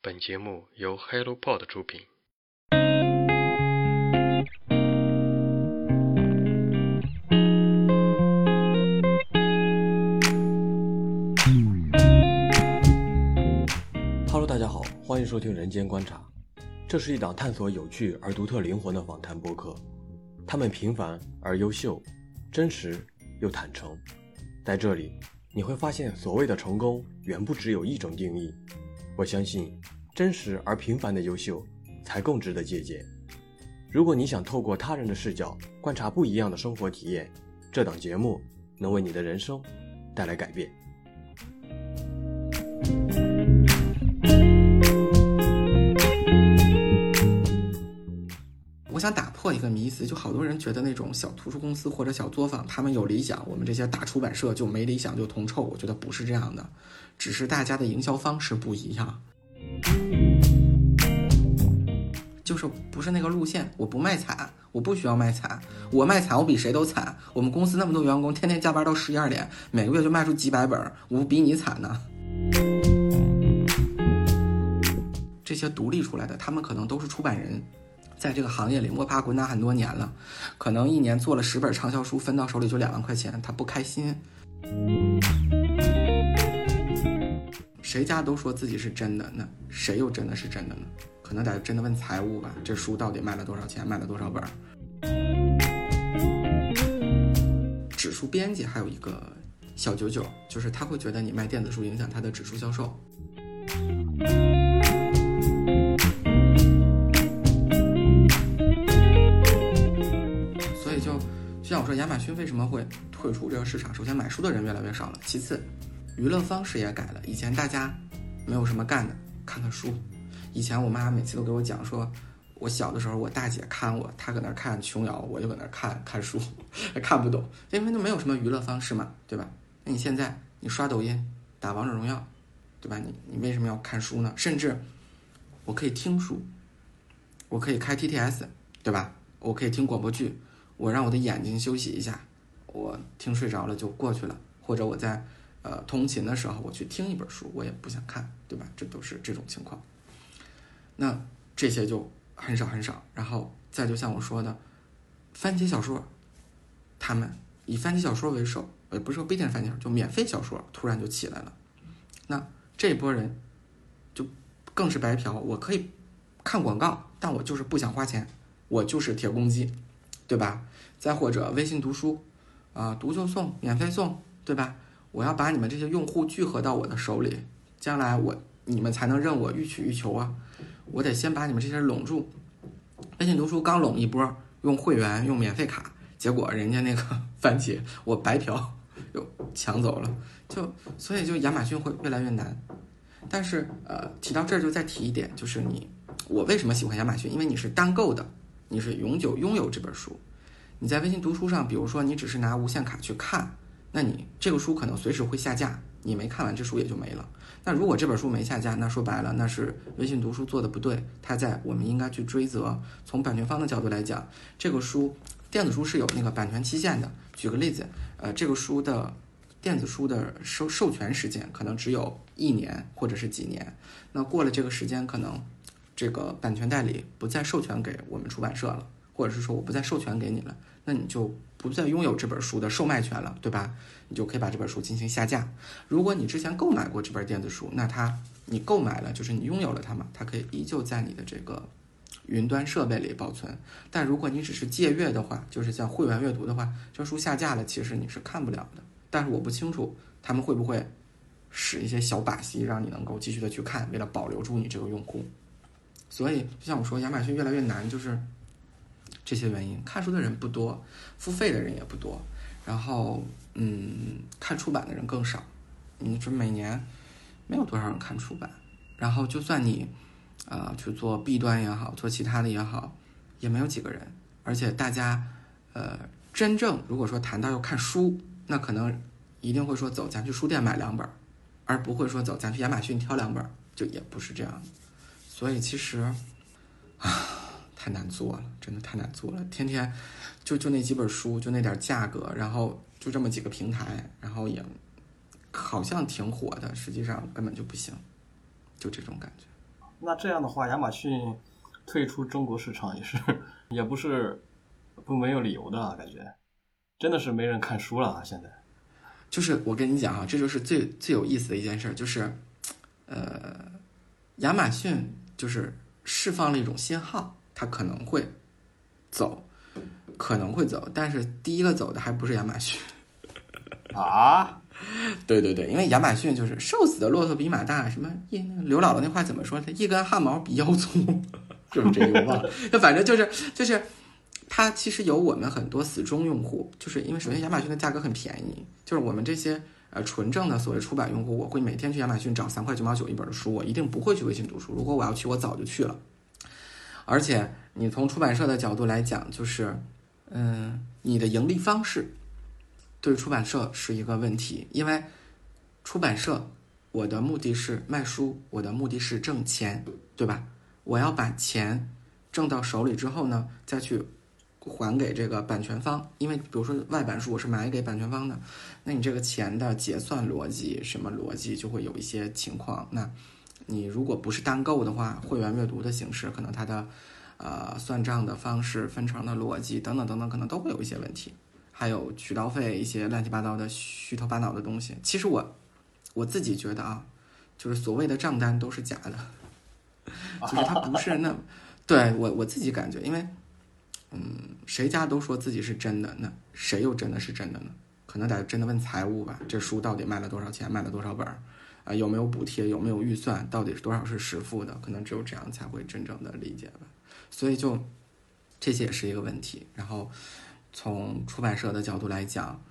本节目由 HelloPod 出品。 Hello， 大家好，欢迎收听《人间观察》，这是一档探索有趣而独特灵魂的访谈播客。他们平凡而优秀，真实又坦诚。在这里，你会发现所谓的成功远不只有一种定义。我相信，真实而平凡的优秀才更值得借鉴。如果你想透过他人的视角观察不一样的生活体验，这档节目能为你的人生带来改变。 我想打破一个迷思，就好多人觉得那种小图书公司或者小作坊他们有理想，我们这些大出版社就没理想就铜臭。我觉得不是这样的，只是大家的营销方式不一样，就是不是那个路线。我不卖惨，我不需要卖惨，我卖惨我比谁都惨。我们公司那么多员工天天加班到11、12点，每个月就卖出几百本，我比你惨呢。这些独立出来的，他们可能都是出版人，在这个行业里摸爬滚打很多年了，可能一年做了10本畅销书，分到手里就2万块钱，他不开心。谁家都说自己是真的，那谁又真的是真的呢？可能得真的问财务吧，这书到底卖了多少钱，卖了多少本？指数编辑还有一个小99，就是他会觉得你卖电子书影响他的指数销售。就像我说，亚马逊为什么会退出这个市场？首先，买书的人越来越少了；其次，娱乐方式也改了。以前大家没有什么干的，看看书。以前我妈每次都给我讲说，我小的时候，我大姐看我，她搁那看琼瑶，我就搁那看书，看不懂，因为都没有什么娱乐方式嘛，对吧？那你现在你刷抖音、打王者荣耀，对吧？你为什么要看书呢？甚至我可以听书，我可以开 TTS， 对吧？我可以听广播剧。我让我的眼睛休息一下，我听睡着了就过去了，或者我在通勤的时候我去听一本书，我也不想看，对吧？这都是这种情况。那这些就很少很少。然后再就像我说的，番茄小说，他们以番茄小说为首，不是说不一定是番茄小说，就免费小说突然就起来了。那这一波人就更是白嫖，我可以看广告，但我就是不想花钱，我就是铁公鸡，对吧？再或者微信读书读就送，免费送，对吧？我要把你们这些用户聚合到我的手里，将来你们才能任我予取予求啊！我得先把你们这些人拢住。微信读书刚拢一波，用会员用免费卡，结果人家那个番茄我白嫖又抢走了，所以亚马逊会越来越难。但是提到这儿就再提一点，就是我为什么喜欢亚马逊？因为你是单购的，你是永久拥有这本书。你在微信读书上，比如说你只是拿无限卡去看，那你这个书可能随时会下架，你没看完这书也就没了。那如果这本书没下架，那说白了那是微信读书做的不对，我们应该去追责。从版权方的角度来讲，这个书电子书是有那个版权期限的。举个例子，这个书的电子书的授权时间可能只有1年或者是几年，那过了这个时间，可能这个版权代理不再授权给我们出版社了，或者是说我不再授权给你了，那你就不再拥有这本书的售卖权了，对吧？你就可以把这本书进行下架。如果你之前购买过这本电子书，那你购买了就是你拥有了它嘛，它可以依旧在你的这个云端设备里保存。但如果你只是借阅的话，就是像会员阅读的话，这书下架了，其实你是看不了的。但是我不清楚他们会不会使一些小把戏，让你能够继续的去看，为了保留住你这个用户。所以就像我说，亚马逊越来越难，就是这些原因。看书的人不多，付费的人也不多，然后看出版的人更少。你说每年没有多少人看出版，然后就算你去做 B 端也好，做其他的也好，也没有几个人。而且大家真正如果说谈到要看书，那可能一定会说走咱去书店买2本，而不会说走咱去亚马逊挑2本，就也不是这样的。所以其实太难做了，真的太难做了。天天就那几本书，就那点价格，然后就这么几个平台，然后也好像挺火的，实际上根本就不行，就这种感觉。 那这样的话，亚马逊退出中国市场也不是没有理由的啊，感觉真的是没人看书了啊！现在就是我跟你讲啊，这就是最有意思的一件事，就是亚马逊就是释放了一种信号，它可能会走，但是第一个走的还不是亚马逊啊。 对，因为亚马逊就是瘦死的骆驼比马大，什么刘姥姥那话怎么说？一根汗毛比腰粗，是不是这句话？反正就是它其实有我们很多死忠用户，就是因为首先亚马逊的价格很便宜，就是我们这些纯正的所谓出版用户，我会每天去亚马逊找3块9毛9一本的书，我一定不会去微信读书。如果我要去，我早就去了。而且你从出版社的角度来讲，就是你的盈利方式对出版社是一个问题，因为出版社我的目的是卖书，我的目的是挣钱，对吧？我要把钱挣到手里之后呢，再去还给这个版权方，因为比如说外版书我是买给版权方的，那你这个钱的结算逻辑什么逻辑就会有一些情况。那你如果不是单购的话，会员阅读的形式，可能它的算账的方式、分成的逻辑等等等等，可能都会有一些问题。还有渠道费一些乱七八糟的虚头巴脑的东西。其实我自己觉得啊，就是所谓的账单都是假的，就是它不是那对我自己感觉，因为谁家都说自己是真的，那谁又真的是真的呢？可能得真的问财务吧，这书到底卖了多少钱，卖了多少本有没有补贴，有没有预算，到底是多少是实付的，可能只有这样才会真正的理解吧。所以就这些也是一个问题。然后从出版社的角度来讲，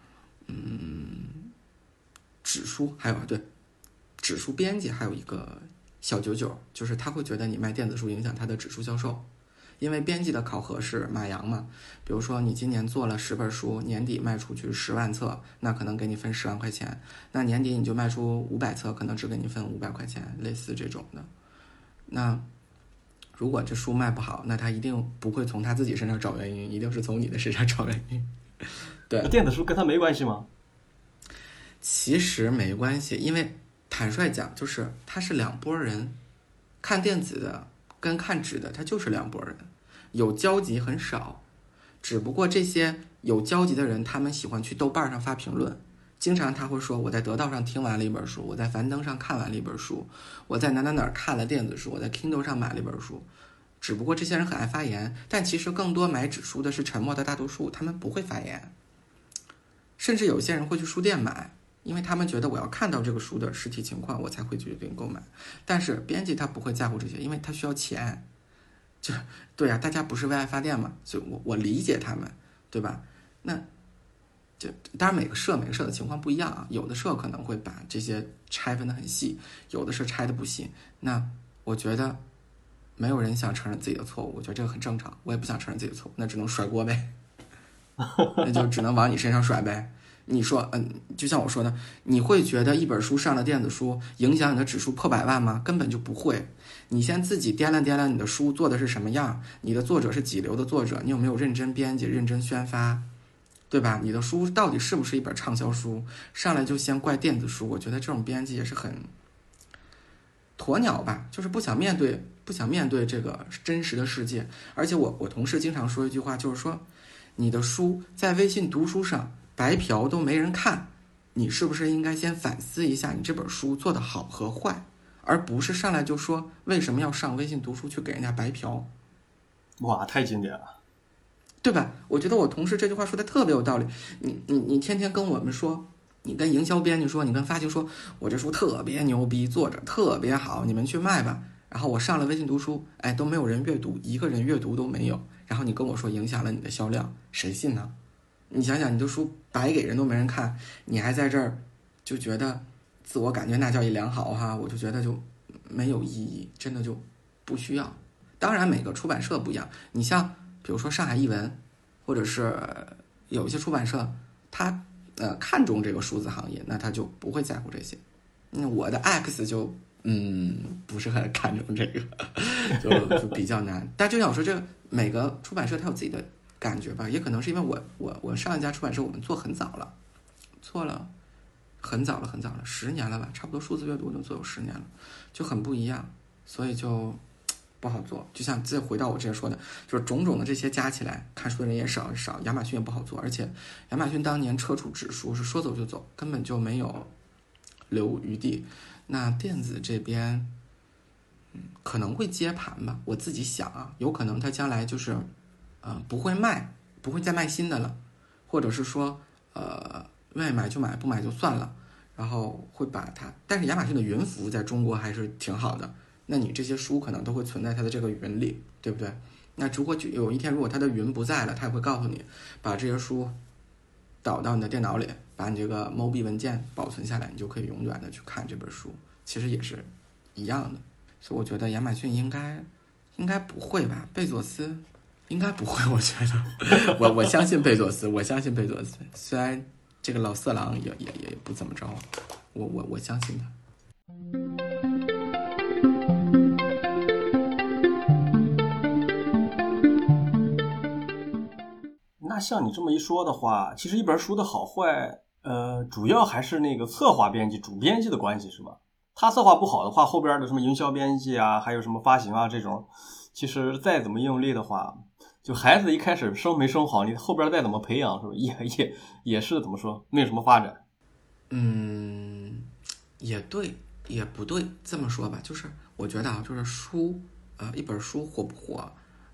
纸书还有纸书编辑还有一个小99，就是他会觉得你卖电子书影响他的纸书销售。因为编辑的考核是马洋嘛，比如说你今年做了10本书，年底卖出去10万册，那可能给你分10万块钱，那年底你就卖出500册，可能只给你分500块钱，类似这种的。那如果这书卖不好，那他一定不会从他自己身上找原因，一定是从你的身上找原因。对， 电子书跟他没关系吗？ 其实没关系，因为坦率讲，就是他是两拨人，看电子的跟看纸的，他就是两拨人，有交集很少。只不过这些有交集的人，他们喜欢去豆瓣上发评论，经常他会说我在得到上听完了一本书，我在樊登上看完了一本书，我在哪儿看了电子书，我在 Kindle 上买了一本书。只不过这些人很爱发言，但其实更多买纸书的是沉默的大多数，他们不会发言。甚至有些人会去书店买，因为他们觉得我要看到这个书的实体情况，我才会决定购买。但是编辑他不会在乎这些，因为他需要钱。就对啊，大家不是为爱发电嘛，所以我理解他们，对吧？那就当然每个社的情况不一样啊，有的社可能会把这些拆分得很细，有的社拆得不细。那我觉得没有人想承认自己的错误，我觉得这个很正常，我也不想承认自己的错误，那只能甩锅呗，那就只能往你身上甩呗。你说，就像我说的，你会觉得一本书上了电子书影响你的指数破100万吗？根本就不会。你先自己掂量你的书做的是什么样，你的作者是几流的作者，你有没有认真编辑、认真宣发，对吧？你的书到底是不是一本畅销书？上来就先怪电子书，我觉得这种编辑也是很鸵鸟吧，就是不想面对这个真实的世界。而且我同事经常说一句话，就是说你的书在微信读书上白嫖都没人看，你是不是应该先反思一下你这本书做的好和坏，而不是上来就说为什么要上微信读书去给人家白嫖。 哇，太经典了， 对吧？我觉得我同事这句话说的特别有道理。你天天跟我们说，你跟营销编辑说，你跟发行说，我这书特别牛逼，作者特别好，你们去卖吧。然后我上了微信读书，都没有人阅读，一个人阅读都没有。然后你跟我说影响了你的销量，谁信呢？你想想，你的书白给人都没人看，你还在这儿就觉得自我感觉那叫一良好哈，我就觉得就没有意义，真的就不需要。当然每个出版社不一样，你像比如说上海译文，或者是有一些出版社，他看重这个数字行业，那他就不会在乎这些。我的 X 就不是很看重这个，就比较难。但就像我说，这个每个出版社它有自己的感觉吧，也可能是因为我上一家出版社我们做很早了，做了很早了，10年了吧，差不多数字阅读都做有10年了，就很不一样。 所以就不好做。就像再回到我之前说的，就是种种的这些加起来，看书的人也少，亚马逊也不好做，而且亚马逊当年撤出指数是说走就走，根本就没有留余地。那电子这边，可能会接盘吧，我自己想啊，有可能它将来就是，不会再卖新的了，或者是说，愿意买就买，不买就算了，然后会把它。但是亚马逊的云服务在中国还是挺好的，那你这些书可能都会存在它的这个云里，对不对？那如果有一天如果它的云不在了，它也会告诉你，把这些书导到你的电脑里，把你这个 MOBI 文件保存下来，你就可以永远的去看这本书，其实也是一样的。所以我觉得亚马逊应该不会吧，贝佐斯应该不会，我觉得我相信贝佐斯，虽然这个老色狼也不怎么着，我相信他。 那像你这么一说的话，其实一本书的好坏，主要还是那个策划编辑、主编辑的关系，是吧？他策划不好的话，后边的什么营销编辑啊，还有什么发行啊这种，其实再怎么用力的话，就孩子一开始生没生好，你后边再怎么培养，是吧？也是怎么说，没有什么发展。 也对，也不对。这么说吧，就是我觉得啊，就是书，一本书火不火，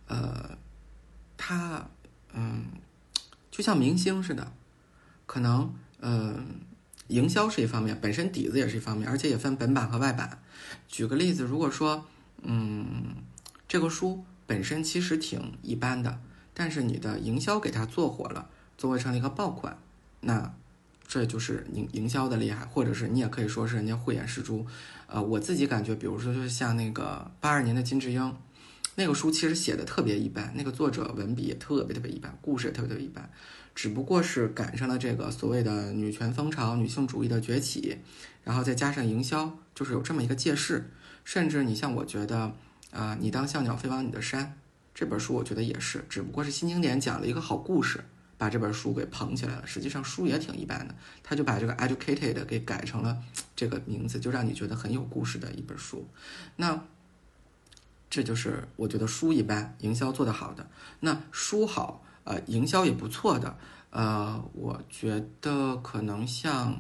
它，就像明星似的，可能，营销是一方面，本身底子也是一方面，而且也分本版和外版。举个例子，如果说，这个书本身其实挺一般的，但是你的营销给它做火了，作为成了一个爆款，那这就是营销的厉害，或者是你也可以说是人家慧眼识珠。我自己感觉，比如说就是像那个82年的金智英，那个书其实写的特别一般，那个作者文笔也特别一般，故事也特别一般，只不过是赶上了这个所谓的女权风潮、女性主义的崛起，然后再加上营销，就是有这么一个借势。甚至你像我觉得你当小鸟飞往你的山这本书，我觉得也是，只不过是新经典讲了一个好故事，把这本书给捧起来了。实际上书也挺一般的，他就把这个 educated 给改成了这个名字，就让你觉得很有故事的一本书。那这就是我觉得书一般，营销做得好的。那书好，营销也不错的，我觉得可能像，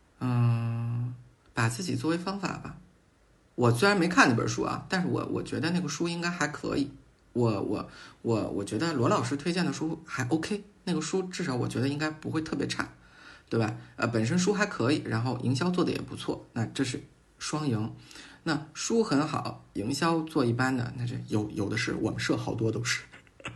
把自己作为方法吧。我虽然没看那本书啊，但是我觉得那个书应该还可以。我觉得罗老师推荐的书还 OK， 那个书至少我觉得应该不会特别差，对吧？本身书还可以，然后营销做的也不错，那这是双赢。那书很好，营销做一般的，那这有的是，我们社好多都是。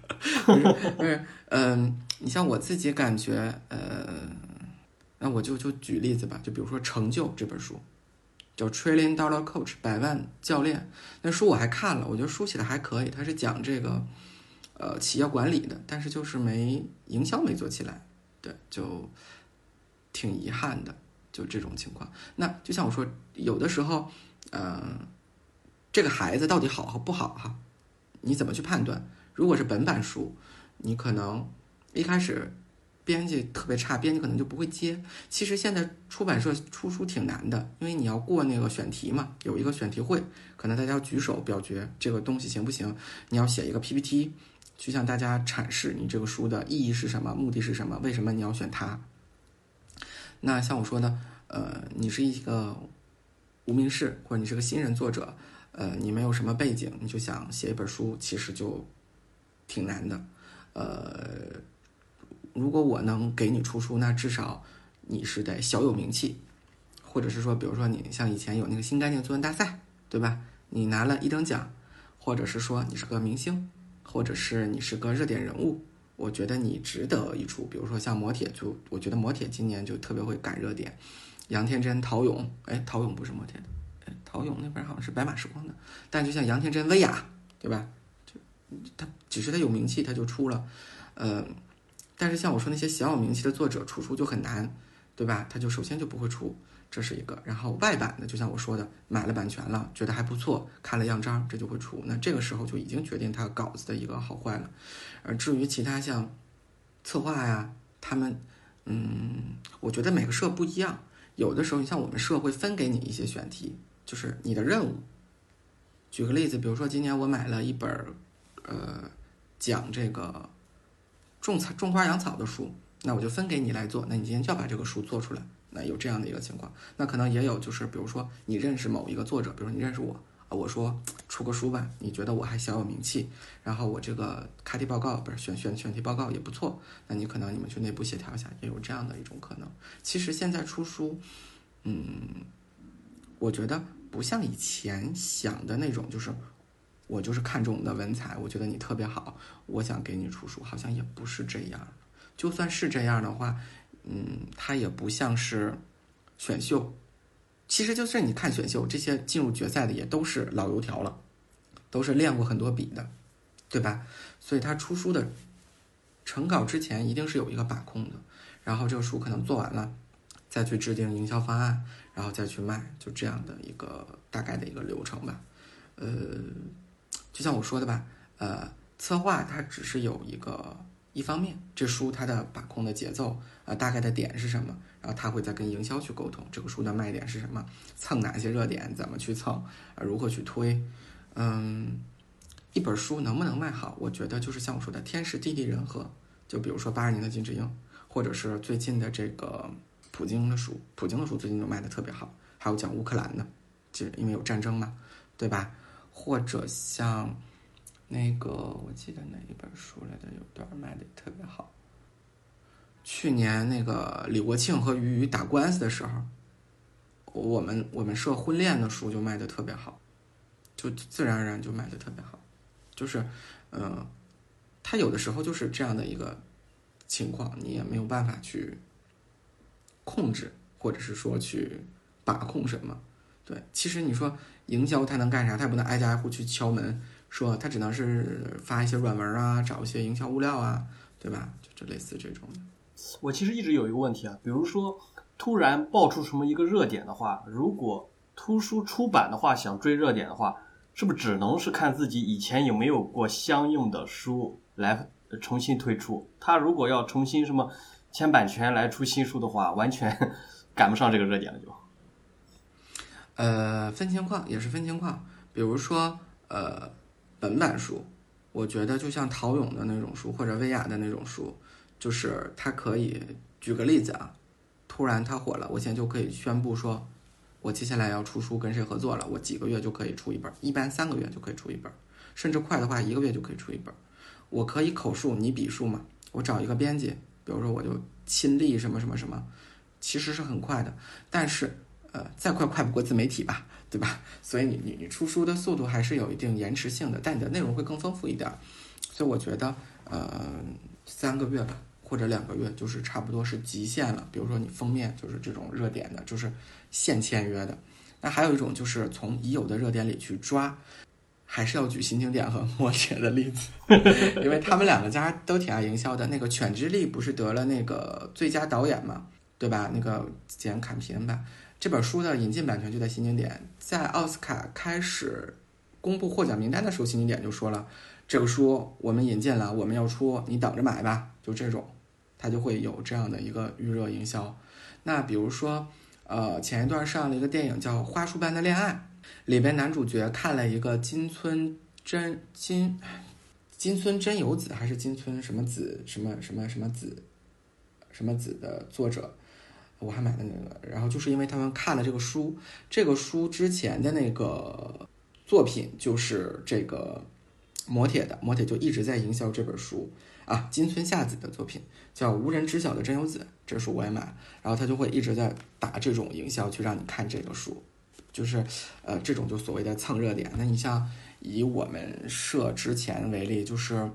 你像我自己感觉，那我就举例子吧，就比如说《成就》这本书，叫《Trillion Dollar Coach》百万教练，那书我还看了，我觉得书写的还可以，它是讲这个企业管理的，但是就是营销没做起来，对，就挺遗憾的，就这种情况。那就像我说，有的时候。这个孩子到底好和不好哈？你怎么去判断？如果是本版书，你可能一开始编辑特别差，编辑可能就不会接。其实现在出版社出书挺难的，因为你要过那个选题嘛，有一个选题会，可能大家要举手表决这个东西行不行，你要写一个 PPT 去向大家阐释你这个书的意义是什么，目的是什么，为什么你要选它。那像我说的，你是一个无名氏，或者你是个新人作者，你没有什么背景，你就想写一本书，其实就挺难的。如果我能给你出书，那至少你是得小有名气，或者是说，比如说你像以前有那个新概念作文大赛，对吧？你拿了1等奖，或者是说你是个明星，或者是你是个热点人物，我觉得你值得一出。比如说像磨铁，我觉得磨铁今年就特别会赶热点。杨天真、陶勇，陶勇不是磨铁的，陶勇那边好像是白马时光的，但就像杨天真、薇娅，对吧？他只是他有名气，他就出了，但是像我说那些小有名气的作者出书就很难，对吧？他就首先就不会出，这是一个。然后外版的，就像我说的，买了版权了，觉得还不错，看了样章，这就会出。那这个时候就已经决定他稿子的一个好坏了。而至于其他像策划呀，他们，我觉得每个社不一样。有的时候，你像我们社会分给你一些选题，就是你的任务， 举个例子，比如说今年我买了一本讲这个种花养草的书，那我就分给你来做，那你今天就要把这个书做出来。那有这样的一个情况，那可能也有就是比如说你认识某一个作者，比如说你认识我，我说出个书吧，你觉得我还小有名气，然后我这个开题报告不是选题报告也不错，那你可能你们去内部协调一下，也有这样的一种可能。其实现在出书，我觉得不像以前想的那种，就是我就是看中你的文采，我觉得你特别好，我想给你出书，好像也不是这样。就算是这样的话，它也不像是选秀。其实就是你看选秀，这些进入决赛的也都是老油条了，都是练过很多笔的，对吧？所以他出书的成稿之前一定是有一个把控的，然后这个书可能做完了，再去制定营销方案，然后再去卖，就这样的一个大概的一个流程吧。就像我说的吧，策划它只是有一方面，这书它的把控的节奏大概的点是什么，然后他会再跟营销去沟通这个书的卖点是什么，蹭哪些热点，怎么去蹭，如何去推。一本书能不能卖好，我觉得就是像我说的天时地利人和。就比如说80年的金智英，或者是最近的这个普京的书最近就卖的特别好，还有讲乌克兰的，就是因为有战争嘛，对吧？或者像那个我记得哪一本书来的有段卖的特别好，去年那个李国庆和俞渝打官司的时候，我们社婚恋的书就卖的特别好，就自然而然就卖的特别好。就是它有的时候就是这样的一个情况，你也没有办法去控制，或者是说去把控什么。对，其实你说营销它能干啥？它也不能挨家挨户去敲门，说它只能是发一些软文啊，找一些营销物料啊，对吧？就类似这种的。 我其实一直有一个问题啊，比如说突然爆出什么一个热点的话，如果图书出版的话想追热点的话，是不是只能是看自己以前有没有过相应的书来重新推出？他如果要重新什么签版权来出新书的话，完全赶不上这个热点了就。 分情况，也是分情况。比如说本版书，我觉得就像陶勇的那种书或者薇娅的那种书，就是它可以举个例子啊，突然它火了，我现在就可以宣布说我接下来要出书，跟谁合作了，我几个月就可以出一本，一般3个月就可以出一本，甚至快的话1个月就可以出一本。我可以口述，你笔述嘛，我找一个编辑，比如说我就亲历什么什么什么，其实是很快的，但是再快不过自媒体吧，对吧？所以你出书的速度还是有一定延迟性的，但你的内容会更丰富一点。所以我觉得3个月吧，或者2个月就是差不多是极限了。比如说你封面就是这种热点的，就是现签约的。那还有一种就是从已有的热点里去抓，还是要举新经典和莫姐的例子，因为他们2个家都挺爱营销的。那个犬之力不是得了那个最佳导演嘛，对吧？那个简·坎皮恩吧。这本书的引进版权就在新经典，在奥斯卡开始公布获奖名单的时候，新经典就说了，这个书我们引进了，我们要出，你等着买吧。就这种，它就会有这样的一个预热营销。那比如说前一段上了一个电影叫《花束般的恋爱》，里边男主角看了一个金村真由子还是金村什么子什么子的作者，我还买的那个，然后就是因为他们看了这个书，这个书之前的那个作品就是这个磨铁就一直在营销这本书啊，金村夏子的作品叫《无人知晓的真由子》，这书我也买，然后他就会一直在打这种营销去让你看这个书，就是这种就所谓的蹭热点。那你像以我们社之前为例，就是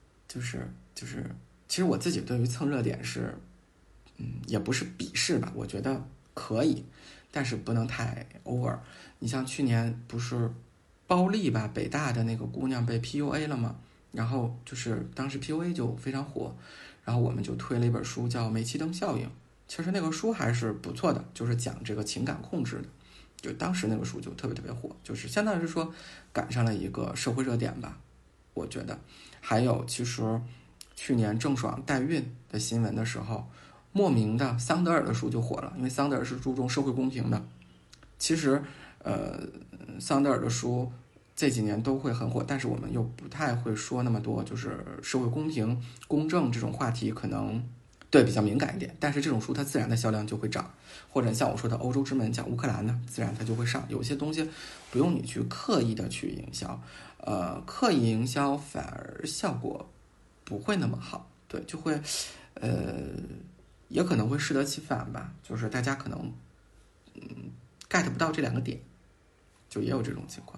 其实我自己对于蹭热点是也不是鄙视吧，我觉得可以，但是不能太 over。你像去年不是包丽吧，北大的那个姑娘被 PUA 了吗？然后就是当时 PUA 就非常火，然后我们就推了一本书叫《煤气灯效应》，其实那个书还是不错的，就是讲这个情感控制的，就当时那个书就特别火，就是相当于是说赶上了一个社会热点吧，我觉得。还有其实去年郑爽代孕的新闻的时候，莫名的桑德尔的书就火了，因为桑德尔是注重社会公平的。其实桑德尔的书这几年都会很火，但是我们又不太会说那么多，就是社会公平、公正这种话题可能对比较敏感一点，但是这种书它自然的销量就会涨，或者像我说的欧洲之门讲乌克兰的，自然它就会上。有些东西不用你去刻意的去营销，刻意营销反而效果不会那么好，对，就会也可能会适得其反吧，就是大家可能get 不到这两个点，就也有这种情况。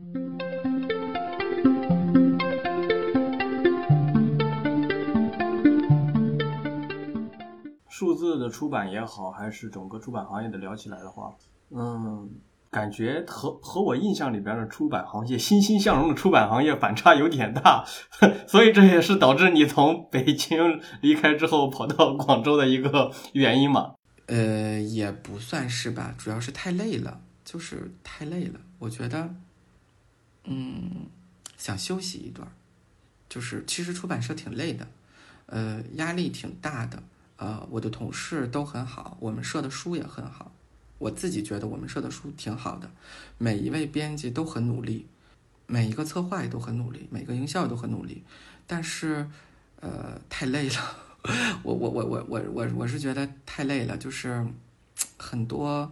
数字的出版也好，还是整个出版行业的聊起来的话，感觉和我印象里边的出版行业欣欣向荣的出版行业反差有点大，所以这也是导致你从北京离开之后跑到广州的一个原因嘛。 也不算是吧，主要是太累了，就是太累了。我觉得，想休息一段，就是其实出版社挺累的，压力挺大的。我的同事都很好，我们社的书也很好，我自己觉得我们社的书挺好的，每一位编辑都很努力，每一个策划也都很努力，每个营销也都很努力，但是太累了。我是觉得太累了，就是很多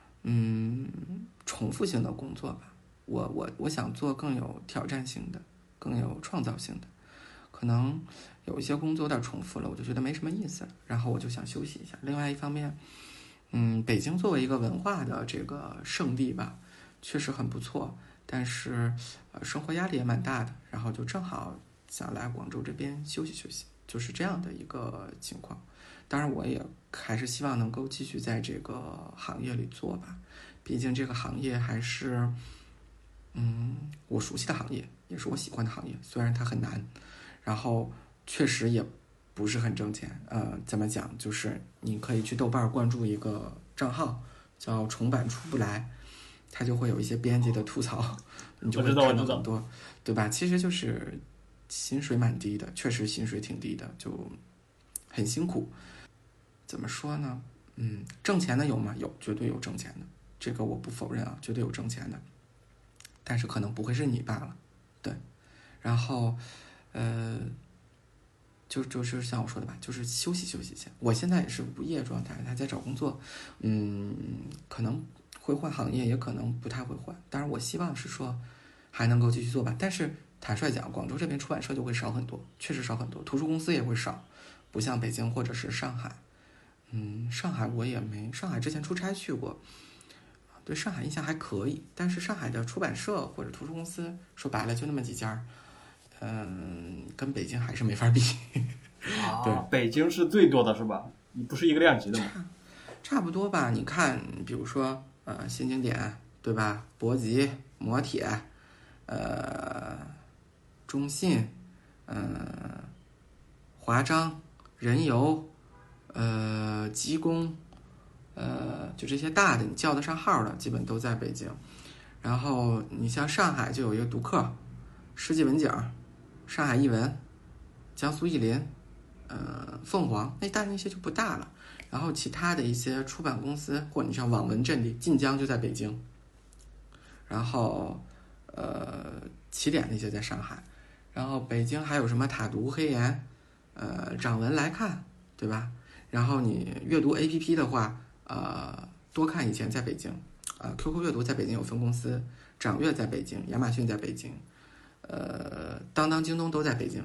重复性的工作吧。我想做更有挑战性的，更有创造性的。可能有一些工作有点重复了，我就觉得没什么意思，然后我就想休息一下。另外一方面，北京作为一个文化的这个圣地吧，确实很不错，但是生活压力也蛮大的，然后就正好想来广州这边休息休息，就是这样的一个情况。当然我也还是希望能够继续在这个行业里做吧，毕竟这个行业还是我熟悉的行业，也是我喜欢的行业，虽然它很难，然后确实也不是很挣钱。怎么讲，就是你可以去豆瓣关注一个账号叫重版出不来，他就会有一些编辑的吐槽，你就会看到很多，对吧？其实就是薪水蛮低的，确实薪水挺低的，就很辛苦。怎么说呢？挣钱的有吗？有，绝对有挣钱的，这个我不否认啊，绝对有挣钱的，但是可能不会是你罢了，对。然后就是像我说的吧，就是休息休息一下。我现在也是无业状态，还在找工作，可能会换行业，也可能不太会换。当然，我希望是说还能够继续做吧。但是坦率讲，广州这边出版社就会少很多，确实少很多，图书公司也会少，不像北京或者是上海。上海我也没，上海之前出差去过，对上海印象还可以，但是上海的出版社或者图书公司说白了就那么几家，跟北京还是没法比。对， 北京是最多的是吧？你不是一个量级的吗？ 差不多吧。你看，比如说新经典，对吧？博集、磨铁，中信，华章、人游，吉工，就这些大的你叫得上号的，基本都在北京。然后你像上海就有一个读客、世纪文景、上海译文、江苏译林，凤凰，但是那些就不大了。然后其他的一些出版公司，或者你像网文阵地，晋江就在北京。然后起点那些在上海。然后北京还有什么塔读、黑岩，掌文来看，对吧？然后你阅读 APP 的话，多看以前在北京，QQ 阅读在北京有分公司，掌阅在北京，亚马逊在北京，当当、京东都在北京，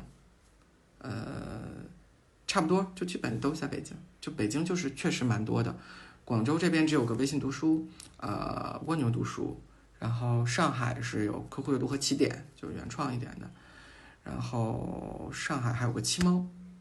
差不多就基本都在北京。就北京就是确实蛮多的，广州这边只有个微信读书，蜗牛读书，然后上海是有 QQ 阅读和起点，就是原创一点的，然后上海还有个七猫，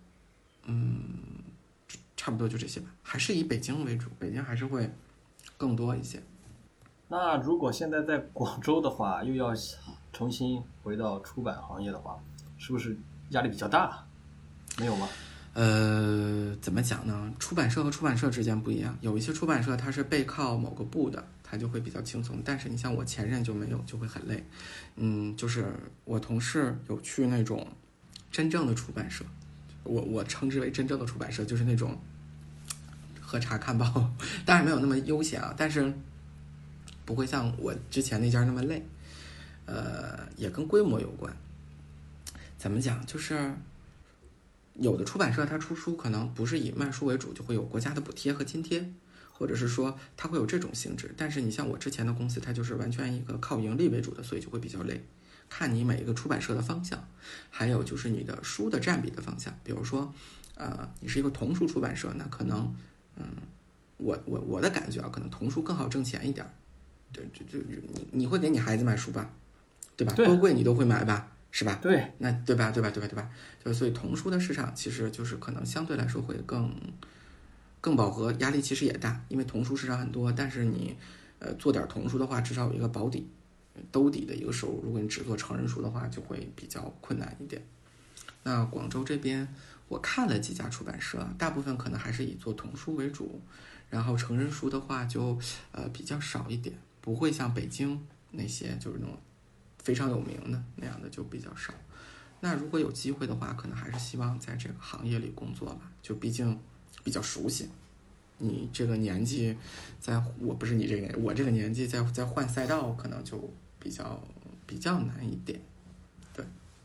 差不多就这些吧，还是以北京为主，北京还是会更多一些。 那如果现在在广州的话，又要重新回到出版行业的话，是不是压力比较大？没有吗？ 怎么讲呢？出版社和出版社之间不一样，有一些出版社它是背靠某个部的，它就会比较轻松，但是你像我前任就没有，就会很累。就是我同事有去那种真正的出版社，我称之为真正的出版社，就是那种喝茶看报，当然没有那么悠闲啊，但是不会像我之前那家那么累。 也跟规模有关。怎么讲？就是有的出版社它出书可能不是以卖书为主，就会有国家的补贴和津贴，或者是说它会有这种性质。但是你像我之前的公司，它就是完全一个靠盈利为主的，所以就会比较累。看你每一个出版社的方向，还有就是你的书的占比的方向。比如说，你是一个童书出版社，那可能，我的感觉啊，可能童书更好挣钱一点。就你会给你孩子买书吧，对吧？ 对， 多贵你都会买吧，是吧？ 对， 那对吧？就所以童书的市场其实就是可能相对来说会更饱和，压力其实也大，因为童书市场很多，但是你做点童书的话，至少有一个保底、兜底的一个收入。如果你只做成人书的话，就会比较困难一点。那广州这边我看了几家出版社，大部分可能还是以做童书为主，然后成人书的话就比较少一点，不会像北京那些就是那种非常有名的那样的就比较少。那如果有机会的话，可能还是希望在这个行业里工作吧，就毕竟比较熟悉。你这个年纪我不是你这个年纪，我这个年纪再换赛道，可能就比较难一点。对。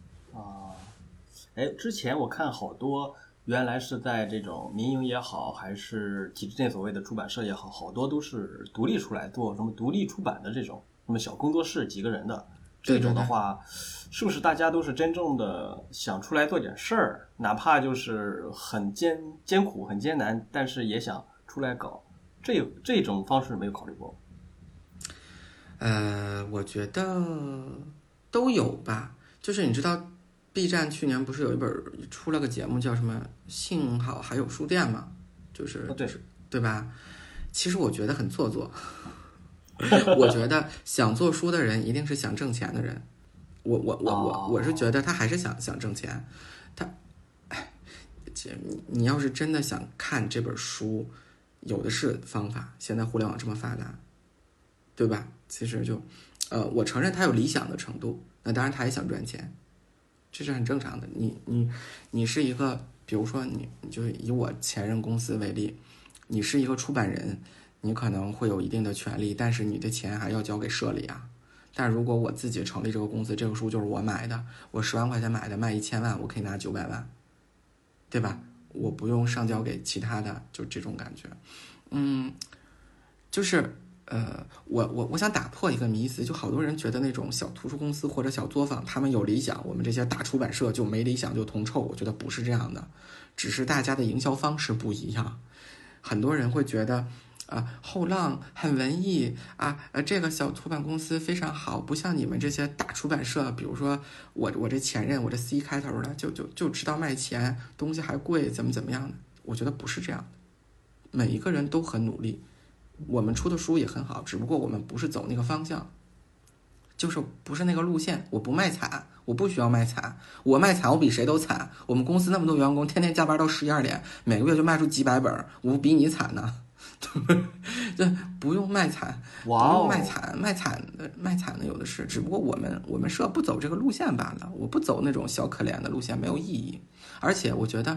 之前我看好多原来是在这种民营也好，还是体制内所谓的出版社也好，好多都是独立出来做什么独立出版的这种，什么小工作室几个人的这种的话，是不是大家都是真正的想出来做点事儿，哪怕就是很艰苦很艰难，但是也想出来搞，这种方式没有考虑过？ 我觉得都有吧。就是你知道 B 站去年不是有一本出了个节目叫什么幸好还有书店嘛，对吧？其实我觉得很做作。我觉得想做书的人一定是想挣钱的人。我是觉得他还是想挣钱。你要是真的想看这本书，有的是方法。现在互联网这么发达，对吧？其实就我承认他有理想的程度，那当然他也想赚钱，这是很正常的。你是一个，比如说你就以我前任公司为例，你是一个出版人，你可能会有一定的权利，但是你的钱还要交给社里啊。但如果我自己成立这个公司，这个书就是我买的，我10万块钱买的，卖1000万，我可以拿900万，对吧？我不用上交给其他的，就这种感觉。就是我想打破一个迷思，就好多人觉得那种小图书公司或者小作坊他们有理想，我们这些大出版社就没理想就铜臭。我觉得不是这样的，只是大家的营销方式不一样。很多人会觉得后浪很文艺这个小出版公司非常好，不像你们这些大出版社，比如说我这前任，我这 C 开头的就知道卖钱，东西还贵，怎么样的。我觉得不是这样的，每一个人都很努力，我们出的书也很好，只不过我们不是走那个方向，就是不是那个路线。我不卖惨，我不需要卖惨，我卖惨我比谁都惨。我们公司那么多员工，天天加班到11、12点，每个月就卖出几百本，我比你惨呢。就不用卖惨，不用卖惨的有的是，只不过我们社不走这个路线罢了。我不走那种小可怜的路线，没有意义。而且我觉得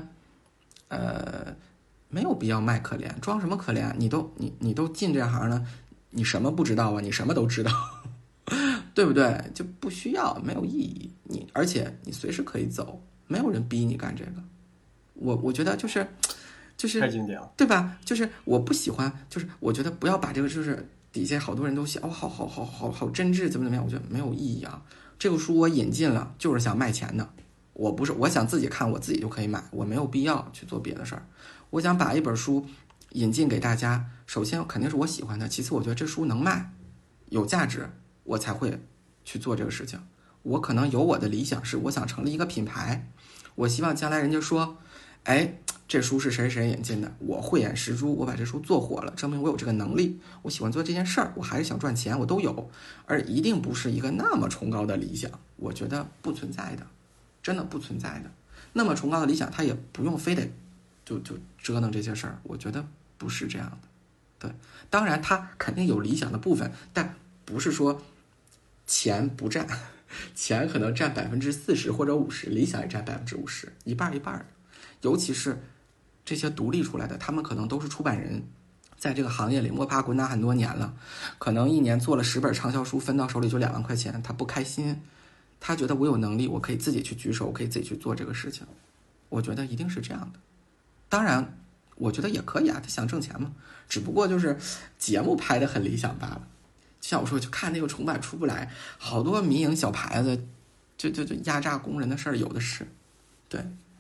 没有必要卖可怜，装什么可怜？你都进这行了，你什么不知道啊？你什么都知道，对不对？就不需要，没有意义。而且你随时可以走，没有人逼你干这个。我觉得就是太经典了， 对吧？就是我不喜欢，就是我觉得不要把这个就是底下好多人都写好真挚怎么样，我觉得没有意义啊。这个书我引进了就是想卖钱的，我想自己看，我自己就可以买，我没有必要去做别的事儿。我想把一本书引进给大家，首先肯定是我喜欢的，其次我觉得这书能卖，有价值，我才会去做这个事情。我可能有我的理想，是我想成立一个品牌，我希望将来人家说，这书是谁引进的，我慧眼识珠，我把这书做火了，证明我有这个能力，我喜欢做这件事儿，我还是想赚钱，我都有。而一定不是一个那么崇高的理想，我觉得不存在的，真的不存在的。那么崇高的理想，他也不用非得就折腾这些事儿，我觉得不是这样的。对，当然他肯定有理想的部分，但不是说钱不占，钱可能占40%或者50%，理想也占50%，一半一半的。尤其是这些独立出来的，他们可能都是出版人， 在这个行业里摸爬滚打很多年了，可能一年做了10本畅销书，分到手里就2万块钱，他不开心，他觉得我有能力，我可以自己去举手，我可以自己去做这个事情。我觉得一定是这样的。当然我觉得也可以啊，他想挣钱嘛，只不过就是节目拍得很理想罢了。就像我说，就看那个重版出不来，好多民营小牌子就压榨工人的事儿有的是。对，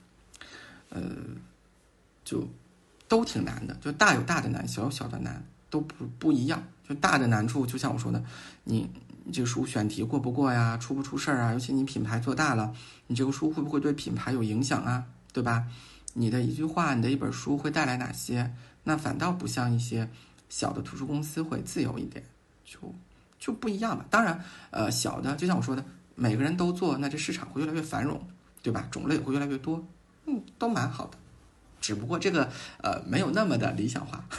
就都挺难的，就大有大的难，小有小的难，都不一样。就大的难处，就像我说的，你这个书选题过不过呀，出不出事儿啊？尤其你品牌做大了，你这个书会不会对品牌有影响啊？对吧？你的一句话，你的一本书会带来哪些？那反倒不像一些小的图书公司会自由一点，就不一样吧。当然，小的就像我说的，每个人都做，那这市场会越来越繁荣，对吧？种类也会越来越多，都蛮好的。只不过这个没有那么的理想化。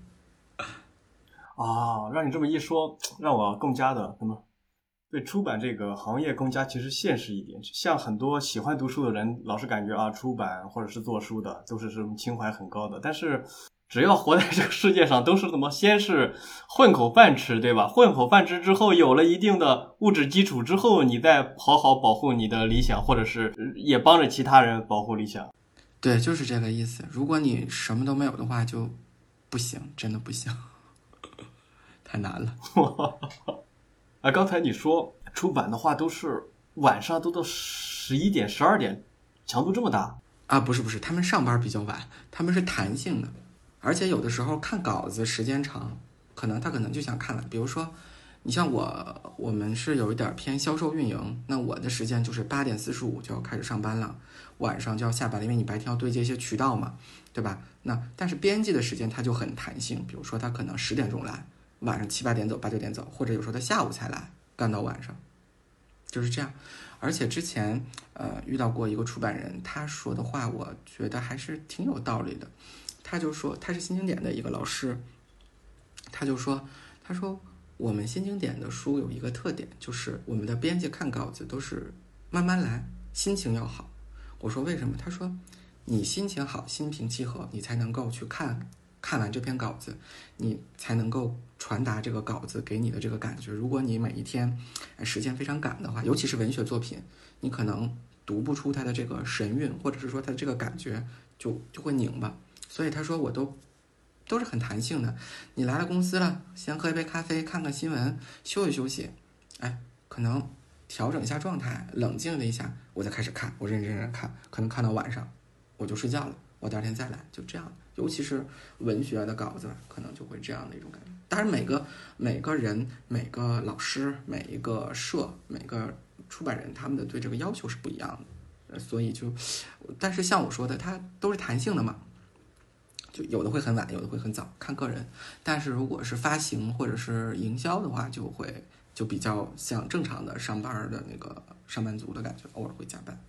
让你这么一说，让我更加的对出版这个行业更加其实现实一点。像很多喜欢读书的人，老是感觉出版或者是做书的都是这种情怀很高的，但是只要活在这个世界上，都是先是混口饭吃，对吧？混口饭吃之后，有了一定的物质基础之后，你再好好保护你的理想，或者是也帮着其他人保护理想。 对，就是这个意思。如果你什么都没有的话，就不行，真的不行，太难了。 刚才你说出版的话都是晚上都到11点、12点，强度这么大啊？不是，他们上班比较晚，他们是弹性的，而且有的时候看稿子时间长，他可能就想看了。比如说，你像我们是有一点偏销售运营，那我的时间就是8点45就要开始上班了，晚上就要下班了，因为你白天要对接一些渠道嘛，对吧？但是编辑的时间它就很弹性，比如说他可能10点钟来，晚上7、8点走，8、9点走，或者有时候他下午才来，干到晚上，就是这样。而且之前遇到过一个出版人，他说的话我觉得还是挺有道理的。他就说，他是新经典的一个老师，他说我们新经典的书有一个特点，就是我们的编辑看稿子都是慢慢来，心情要好。我说为什么？他说你心情好，心平气和，你才能够去看完这篇稿子，你才能够传达这个稿子给你的这个感觉。如果你每一天时间非常赶的话，尤其是文学作品，你可能读不出它的这个神韵，或者是说它的这个感觉就会拧巴。所以他说我都是很弹性的，你来了公司了，先喝一杯咖啡，看看新闻，休息休息，可能调整一下状态，冷静了一下，我再开始看，我认真看，可能看到晚上我就睡觉了，我第二天再来，就这样。尤其是文学的稿子，可能就会这样的一种感觉。当然每个人、每个老师、每一个社、每个出版人，他们的对这个要求是不一样的，所以但是像我说的，它都是弹性的嘛，就有的会很晚，有的会很早，看个人。但是如果是发行或者是营销的话，就比较像正常的上班的那个上班族的感觉，偶尔会加班。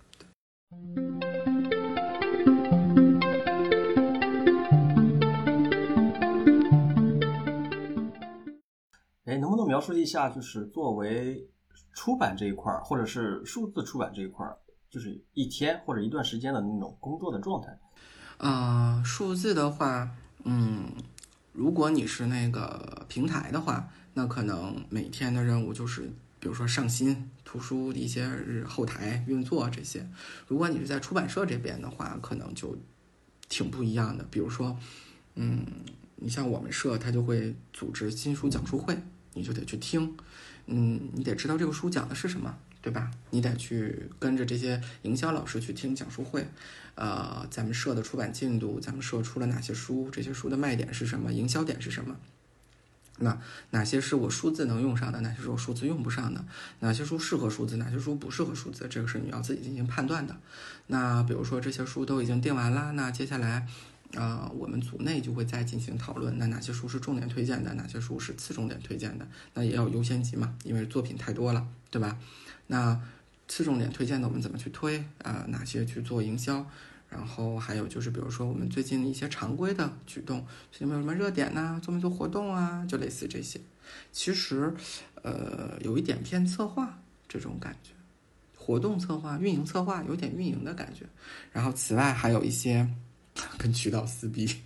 能不能描述一下，就是作为出版这一块，或者是数字出版这一块，就是一天或者一段时间的那种工作的状态？ 数字的话，如果你是那个平台的话，那可能每天的任务就是，比如说上新、图书的一些后台运作这些。如果你是在出版社这边的话，可能就挺不一样的。比如说，你像我们社，它就会组织新书讲述会，你就得去听，你得知道这个书讲的是什么，对吧？你得去跟着这些营销老师去听讲述会，咱们社的出版进度，咱们社出了哪些书，这些书的卖点是什么，营销点是什么？那哪些是我数字能用上的，哪些是我数字用不上的，哪些书适合数字，哪些书不适合数字，这个是你要自己进行判断的。那比如说这些书都已经定完了，那接下来我们组内就会再进行讨论，那哪些书是重点推荐的，哪些书是次重点推荐的，那也要有优先级嘛，因为作品太多了，对吧？那次重点推荐的我们怎么去推哪些去做营销，然后还有就是比如说我们最近的一些常规的举动，有没有什么热点呐，做没做活动啊，就类似这些。其实有一点偏策划这种感觉，活动策划、运营策划，有点运营的感觉。然后此外还有一些跟渠道撕逼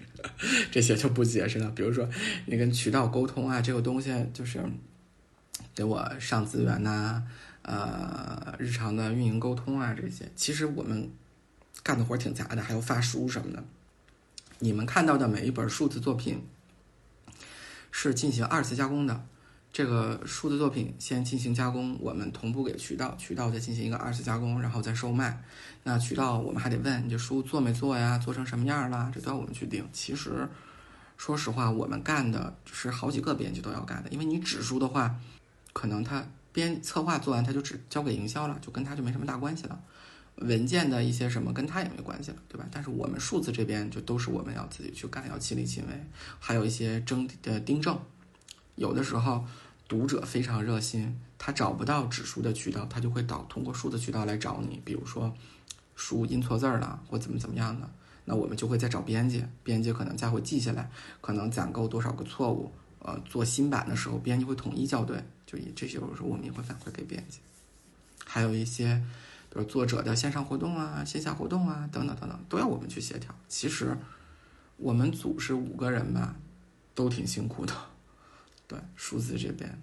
这些就不解释了。比如说你跟渠道沟通啊，这个东西就是给我上资源呐、日常的运营沟通啊这些，其实我们干的活挺杂的，还有发书什么的。你们看到的每一本数字作品是进行二次加工的，这个数字作品先进行加工，我们同步给渠道，渠道再进行一个二次加工，然后再售卖。那渠道我们还得问你这书做没做呀，做成什么样了，这都要我们去定。其实说实话，我们干的是好几个编辑都要干的，因为你纸书的话，可能他策划做完他就只交给营销了，就跟他就没什么大关系了。文件的一些什么跟他也没关系了，对吧？但是我们数字这边就都是我们要自己去干，要亲力亲为，还有一些订正。有的时候读者非常热心，他找不到纸书的渠道，他就会通过数字渠道来找你，比如说书印错字了或怎么样的，那我们就会再找编辑，编辑可能再会记下来，可能攒够多少个错误，做新版的时候编辑会统一校对，就这些有时候我们也会反馈给编辑。还有一些比如作者的线上活动啊、线下活动啊等等等等，都要我们去协调。其实我们组是5个人吧，都挺辛苦的。对，数字这边，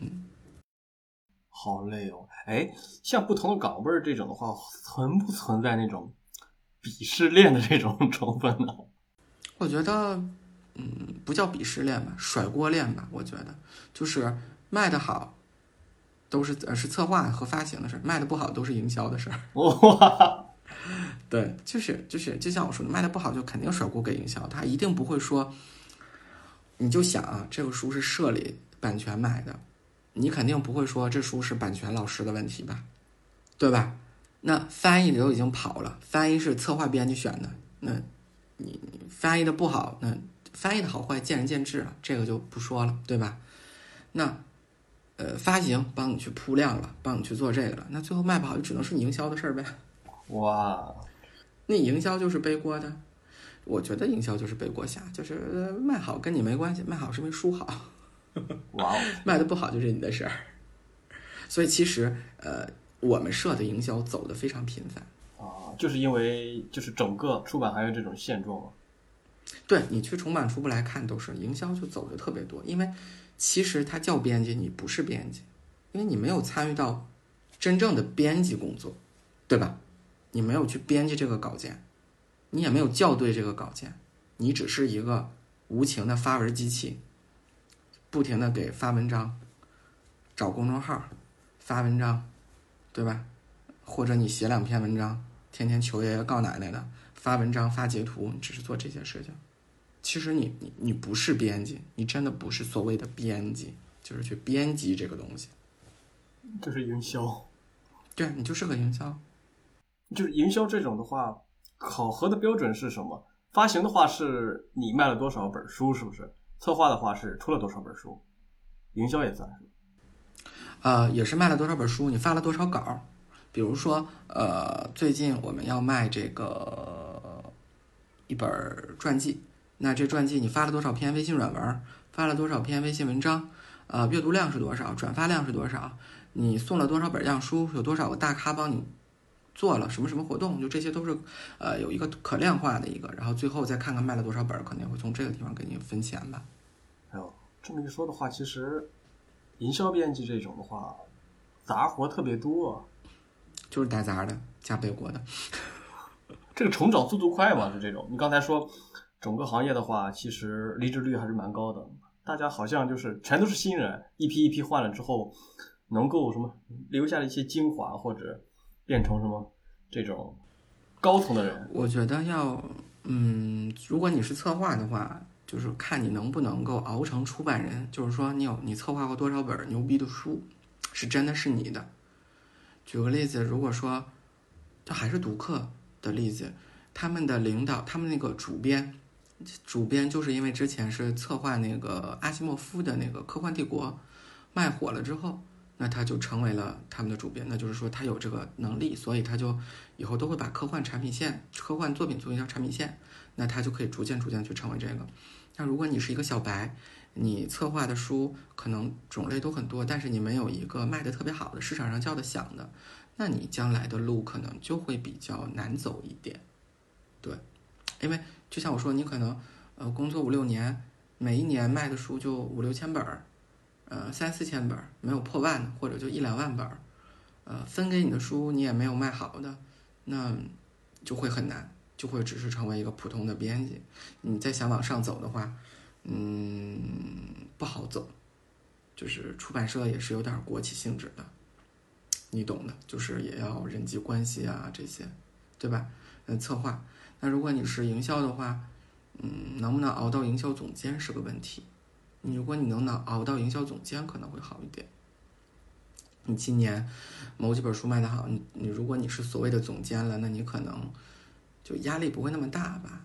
好累哦。哎，像不同的岗位这种的话，存不存在那种鄙视链的这种成分呢？ 我觉得，不叫鄙视链吧，甩锅链吧。我觉得就是卖得好，都是策划和发行的事儿，卖得不好都是营销的事儿。 哇， 对，就像我说的，卖得不好就肯定甩锅给营销，他一定不会说。你就想啊，这个书是社里版权买的，你肯定不会说这书是版权老师的问题吧，对吧？那翻译的都已经跑了，翻译是策划编辑选的，那你翻译的不好，那翻译的好坏见仁见智啊，这个就不说了，对吧？那发行帮你去铺量了，帮你去做这个了，那最后卖不好就只能是你营销的事儿呗。 哇， 那营销就是背锅的。我觉得营销就是背锅侠，就是卖好跟你没关系，卖好是因为书好， 哇哦， 卖的不好就是你的事儿。所以其实我们社的营销走得非常频繁啊，就是因为就是整个出版行业这种现状嘛。 对，你去重版出不来看都是营销就走的特别多，因为其实他叫编辑，你不是编辑，因为你没有参与到真正的编辑工作，对吧？你没有去编辑这个稿件。你也没有校对这个稿件，你只是一个无情的发文机器，不停的给发文章，找公众号发文章，对吧？或者你写2篇文章，天天求爷爷告奶奶的发文章发截图，你只是做这些事情。其实你不是编辑，你真的不是所谓的编辑，就是去编辑这个东西。 就是营销。 对，你就是个营销。 就是营销这种的话，考核的标准是什么？发行的话是你卖了多少本书，是不是？策划的话是出了多少本书，营销也算是。 也是卖了多少本书，你发了多少稿。比如说，最近我们要卖这个一本传记，那这传记你发了多少篇微信软文，发了多少篇微信文章，阅读量是多少，转发量是多少，你送了多少本样书，有多少个大咖帮你做了什么什么活动，就这些都是有一个可量化的一个，然后最后再看看卖了多少本，可能会从这个地方给你分钱吧。 哎呦，这么一说的话，其实营销编辑这种的话，杂活特别多， 就是打杂的加背锅的。 这个成长速度快嘛，是这种。你刚才说整个行业的话，其实离职率还是蛮高的，大家好像就是全都是新人，一批一批换了之后，能够什么留下了一些精华，或者变成什么这种高层的人。 我觉得如果你是策划的话，就是看你能不能够熬成出版人，就是说你策划过多少本牛逼的书，是真的是你的。举个例子，如果说就还是读客的例子，他们的领导，他们那个主编就是因为之前是策划那个阿西莫夫的那个科幻帝国卖火了之后，那他就成为了他们的主编，那就是说他有这个能力，所以他就以后都会把科幻作品做一条产品线，那他就可以逐渐去成为这个。那如果你是一个小白，你策划的书可能种类都很多，但是你没有一个卖的特别好的，市场上叫得响的，那你将来的路可能就会比较难走一点。对，因为就像我说，你可能工作5-6年，每一年卖的书就5-6千本，3-4千本，没有破万的，或者就1-2万本，分给你的书你也没有卖好的，那就会很难，就会只是成为一个普通的编辑。你再想往上走的话，不好走，就是出版社也是有点国企性质的，你懂的，就是也要人际关系啊这些，对吧？策划，那如果你是营销的话，能不能熬到营销总监是个问题。如果你能熬到营销总监可能会好一点。你今年某几本书卖得好，你如果你是所谓的总监了，那你可能就压力不会那么大吧，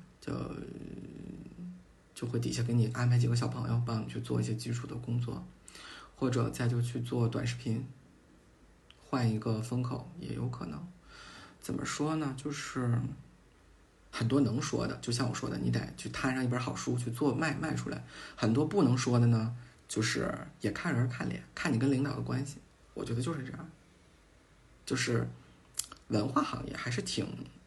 就会底下给你安排几个小朋友帮你去做一些基础的工作，或者再就去做短视频，换一个风口也有可能。怎么说呢，就是很多能说的，就像我说的，你得去摊上一本好书去做卖出来。很多不能说的呢，就是也看人看脸，看你跟领导的关系。我觉得就是这样，就是文化行业还是挺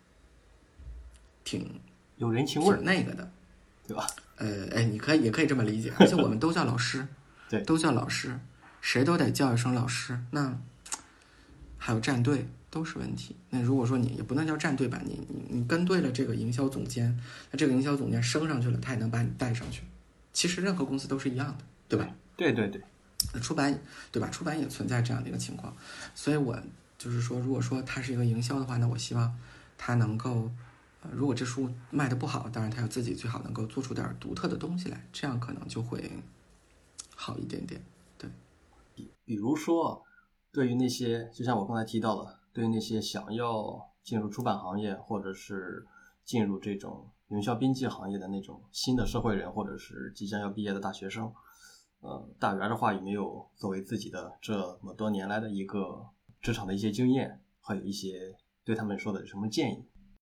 有人情味儿， 挺那个的， 对吧？ 你也可以这么理解。而且我们都叫老师， 对， 都叫老师，谁都得叫一声老师。那还有站队都是问题。那如果说你也不能叫站队吧，你跟对了这个营销总监，那这个营销总监升上去了，他也能把你带上去。其实任何公司都是一样的，对吧？ 对对对。 出版，对吧？出版也存在这样的一个情况，所以我就是说，如果说他是一个营销的话，那我希望他能够，如果这书卖的不好，当然他有自己最好能够做出点独特的东西来，这样可能就会好一点点。对， 比如说，对于那些就像我刚才提到的，对于那些想要进入出版行业或者是进入这种营销编辑行业的那种新的社会人，或者是即将要毕业的大学生。大元的话有没有作为自己的这么多年来的一个职场的一些经验，还有一些对他们说的有什么建议？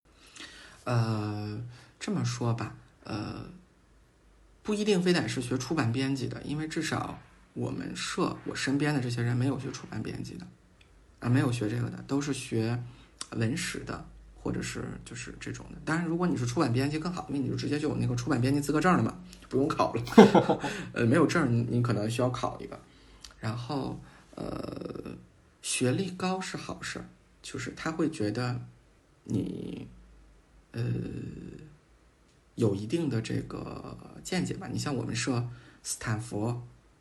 这么说吧，不一定非得是学出版编辑的，因为至少我身边的这些人没有学出版编辑的，没有学这个的，都是学文史的，或者是就是这种的。当然，如果你是出版编辑更好，因为你就直接就有那个出版编辑资格证了嘛，不用考了。没有证你可能需要考一个。然后学历高是好事，就是他会觉得你有一定的这个见解吧。你像我们社斯坦福，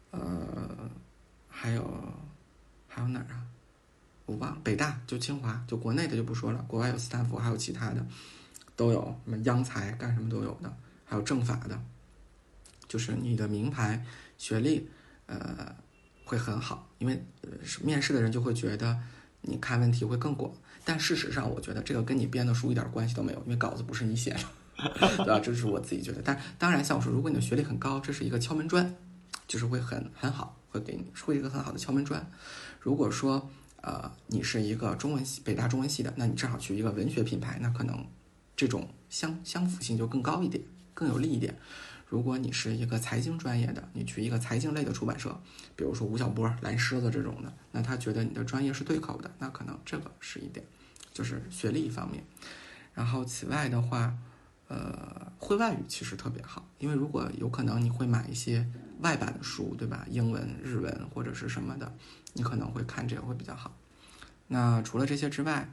还有哪儿啊？我忘了，北大就清华，就国内的就不说了，国外有斯坦福，还有其他的都有，什么央财干什么都有的，还有政法的，就是你的名牌学历会很好，因为面试的人就会觉得你看问题会更广。但事实上我觉得这个跟你编的书一点关系都没有，因为稿子不是你写的对吧？这是我自己觉得。但当然像我说，如果你的学历很高，这是一个敲门砖，就是会很好，会一个很好的敲门砖。如果说你是一个中文系，北大中文系的，那你正好去一个文学品牌，那可能这种相符性就更高一点，更有利一点。如果你是一个财经专业的，你去一个财经类的出版社，比如说吴晓波、蓝狮子这种的，那他觉得你的专业是对口的，那可能这个是一点，就是学历一方面。然后此外的话，会外语其实特别好，因为如果有可能你会买一些外版的书，对吧？英文、日文或者是什么的，你可能会看这个会比较好。那除了这些之外，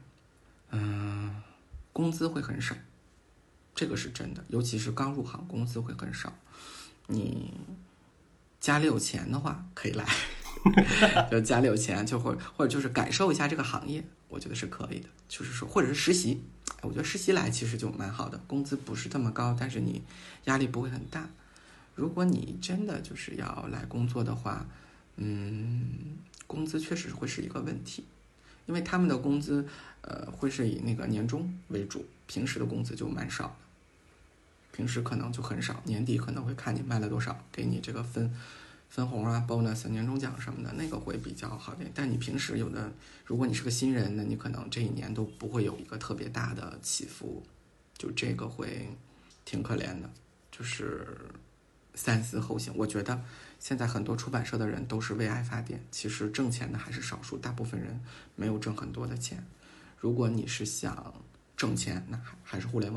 工资会很少，这个是真的，尤其是刚入行，工资会很少。你家里有钱的话可以来就家里有钱就或者就是感受一下这个行业，我觉得是可以的。就是说或者是实习，我觉得实习来其实就蛮好的，工资不是这么高，但是你压力不会很大。如果你真的就是要来工作的话，工资确实会是一个问题，因为他们的工资会是以那个年终为主，平时的工资就蛮少的，平时可能就很少，年底可能会看你卖了多少，给你这个分红啊 bonus 年终奖什么的，那个会比较好点。但你平时有的，如果你是个新人，那你可能这一年都不会有一个特别大的起伏，就这个会挺可怜的，就是三思后行。我觉得现在很多出版社的人都是为爱发电，其实挣钱的还是少数，大部分人没有挣很多的钱。如果你是想挣钱，那还是互联网，对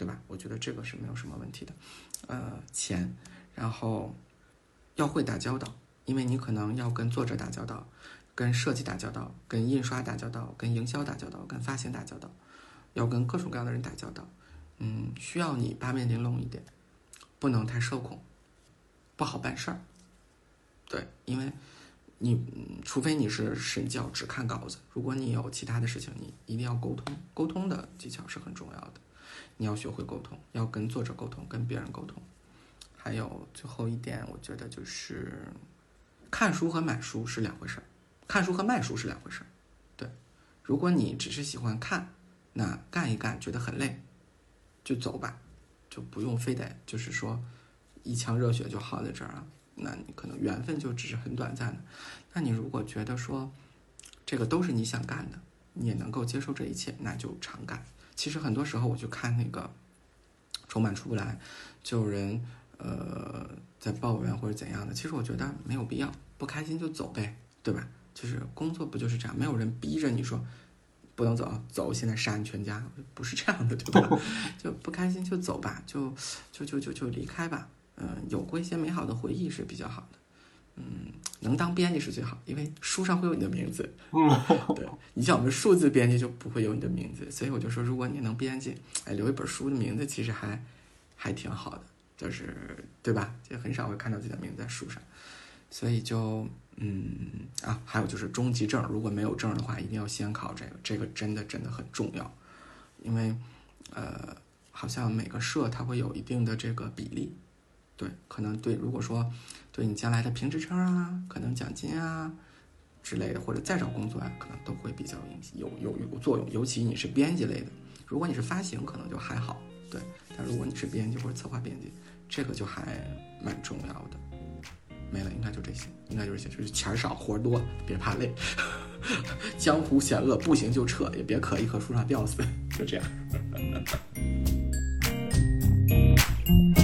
对吧？我觉得这个是没有什么问题的。钱，然后要会打交道，因为你可能要跟作者打交道，跟设计打交道，跟印刷打交道，跟营销打交道，跟发行打交道，要跟各种各样的人打交道。需要你八面玲珑一点，不能太社恐，不好办事儿。对，因为你除非你是神教只看稿子，如果你有其他的事情，你一定要沟通，沟通的技巧是很重要的。你要学会沟通，要跟作者沟通，跟别人沟通。还有最后一点，我觉得就是看书和买书是两回事儿，看书和卖书是两回事儿。对，如果你只是喜欢看，那干一干觉得很累，就走吧，就不用非得就是说一腔热血就耗在这儿啊。那你可能缘分就只是很短暂的。那你如果觉得说这个都是你想干的，你也能够接受这一切，那就常干。其实很多时候我去看那个重版出不来，就有人在抱怨或者怎样的，其实我觉得没有必要，不开心就走呗，对吧？就是工作不就是这样，没有人逼着你说不能走，走现在杀你全家，不是这样的，对吧？就不开心就走吧，就离开吧。有过一些美好的回忆是比较好的。能当编辑是最好，因为书上会有你的名字。对，你像我们数字编辑就不会有你的名字，所以我就说，如果你能编辑，留一本书的名字，其实还挺好的，就是对吧？就很少会看到自己的名字在书上，所以就还有就是中级证，如果没有证的话，一定要先考这个真的很重要，因为好像每个社它会有一定的这个比例。对，可能对，如果说对你将来的评职称啊，可能奖金啊之类的，或者再找工作啊，可能都会比较有作用。尤其你是编辑类的，如果你是发行，可能就还好。对，但如果你是编辑或者策划编辑，这个就还蛮重要的。没了，应该就这些，就是钱少活多，别怕累。江湖险恶，不行就撤，也别可一棵树上吊死，就这样。